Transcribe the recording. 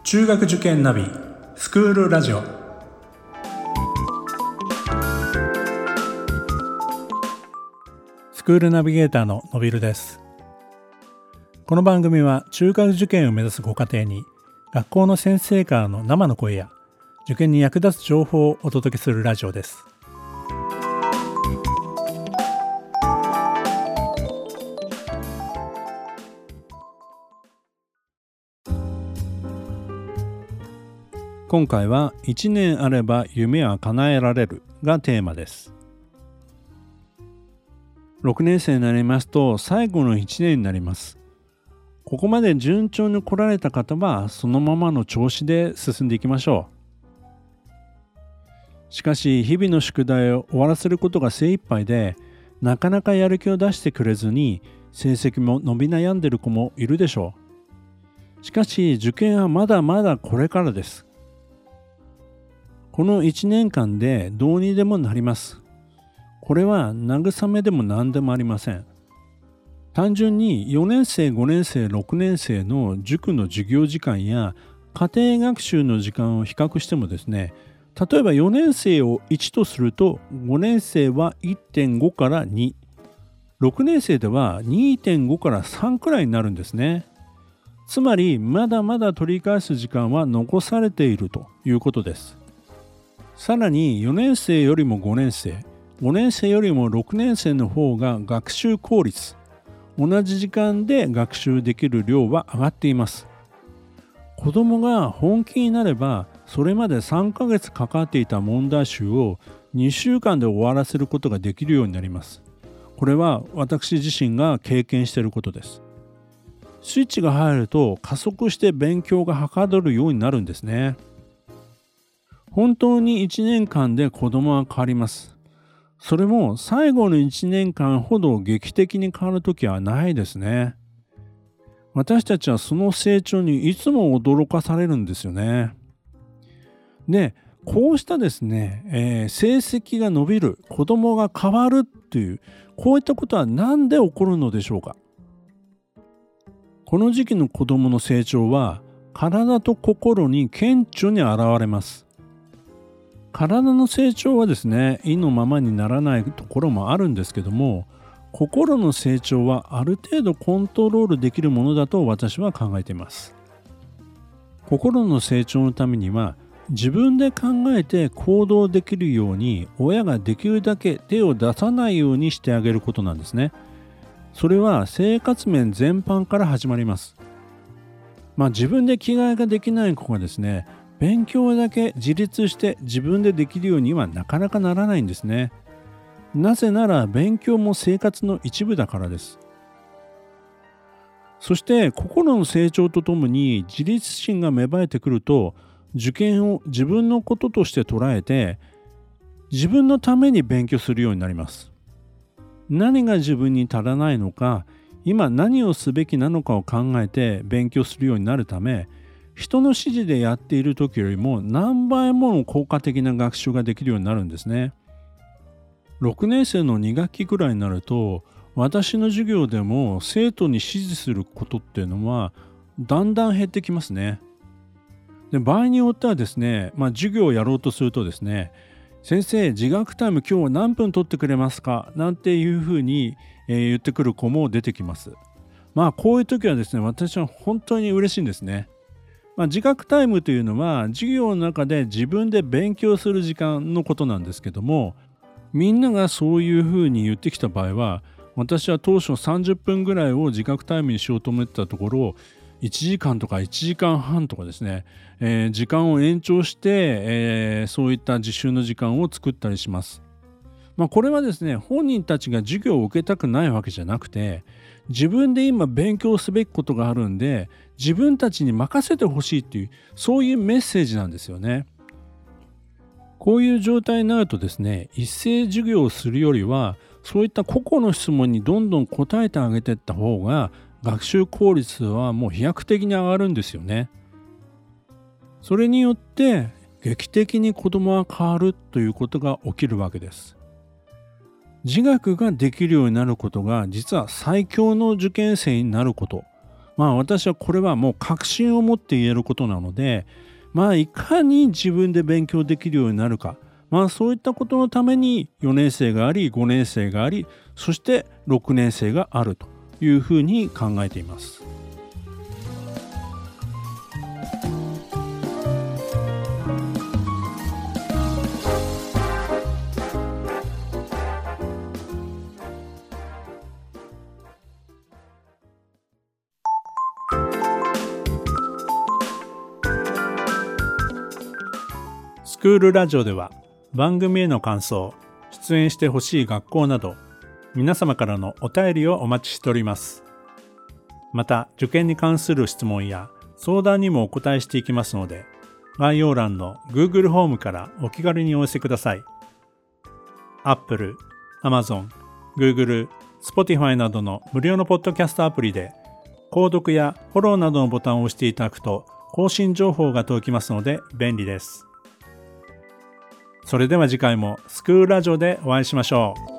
中学受験ナビスクールラジオ。スクールナビゲーターののびるです。この番組は中学受験を目指すご家庭に学校の先生からの生の声や受験に役立つ情報をお届けするラジオです。今回は1年あれば夢は叶えられるがテーマです。6年生になりますと最後の1年になります。ここまで順調に来られた方はそのままの調子で進んでいきましょう。しかし日々の宿題を終わらせることが精一杯でなかなかやる気を出してくれずに成績も伸び悩んでいる子もいるでしょう。しかし受験はまだまだこれからです。この1年間でどうにでもなります。これは慰めでも何でもありません。単純に4年生、5年生、6年生の塾の授業時間や家庭学習の時間を比較してもですね、例えば4年生を1とすると5年生は 1.5 から2、6年生では 2.5 から3くらいになるんですね。つまりまだまだ取り返す時間は残されているということです。さらに4年生よりも5年生、5年生よりも6年生の方が学習効率、同じ時間で学習できる量は上がっています。子どもが本気になれば、それまで3ヶ月かかっていた問題集を2週間で終わらせることができるようになります。これは私自身が経験していることです。スイッチが入ると加速して勉強がはかどるようになるんですね。本当に1年間で子供は変わります。それも最後の1年間ほど劇的に変わるときはないですね。私たちはその成長にいつも驚かされるんですよね。で、こうしたですね、成績が伸びる、子供が変わるっていう、こういったことは何で起こるのでしょうか。この時期の子供の成長は体と心に顕著に現れます。体の成長はですね、意のままにならないところもあるんですけども、心の成長はある程度コントロールできるものだと私は考えています。心の成長のためには自分で考えて行動できるように親ができるだけ手を出さないようにしてあげることなんですね。それは生活面全般から始まります。自分で着替えができない子がですね、勉強だけ自立して自分でできるようにはなかなかならないんですね。なぜなら勉強も生活の一部だからです。そして心の成長とともに自立心が芽生えてくると、受験を自分のこととして捉えて自分のために勉強するようになります。何が自分に足らないのか、今何をすべきなのかを考えて勉強するようになるため、人の指示でやっている時よりも何倍もの効果的な学習ができるようになるんですね。6年生の2学期くらいになると、私の授業でも生徒に指示することっていうのはだんだん減ってきますね。で、場合によってはですね、授業をやろうとするとですね、先生自学タイム今日何分取ってくれますかなんていうふうに、言ってくる子も出てきます。こういう時はですね、私は本当に嬉しいんですね。自学タイムというのは授業の中で自分で勉強する時間のことなんですけども、みんながそういうふうに言ってきた場合は、私は当初30分ぐらいを自学タイムにしようと思ってたところ、1時間とか1時間半とかですね、時間を延長して、そういった実習の時間を作ったりします。これはですね、本人たちが授業を受けたくないわけじゃなくて、自分で今勉強すべきことがあるんで自分たちに任せてほしいっていう、そういうメッセージなんですよね。こういう状態になるとですね、一斉授業をするよりはそういった個々の質問にどんどん答えてあげていった方が学習効率はもう飛躍的に上がるんですよね。それによって劇的に子どもは変わるということが起きるわけです。自学ができるようになることが実は最強の受験生になること、 私はこれはもう確信を持って言えることなので、いかに自分で勉強できるようになるか、そういったことのために4年生があり5年生があり、そして6年生があるというふうに考えています。スクールラジオでは番組への感想、出演してほしい学校など皆様からのお便りをお待ちしております。また受験に関する質問や相談にもお答えしていきますので、概要欄の Google ホームからお気軽にお寄せください。Apple、Amazon、Google、Spotify などの無料のポッドキャストアプリで購読やフォローなどのボタンを押していただくと更新情報が届きますので便利です。それでは次回もスクールラジオでお会いしましょう。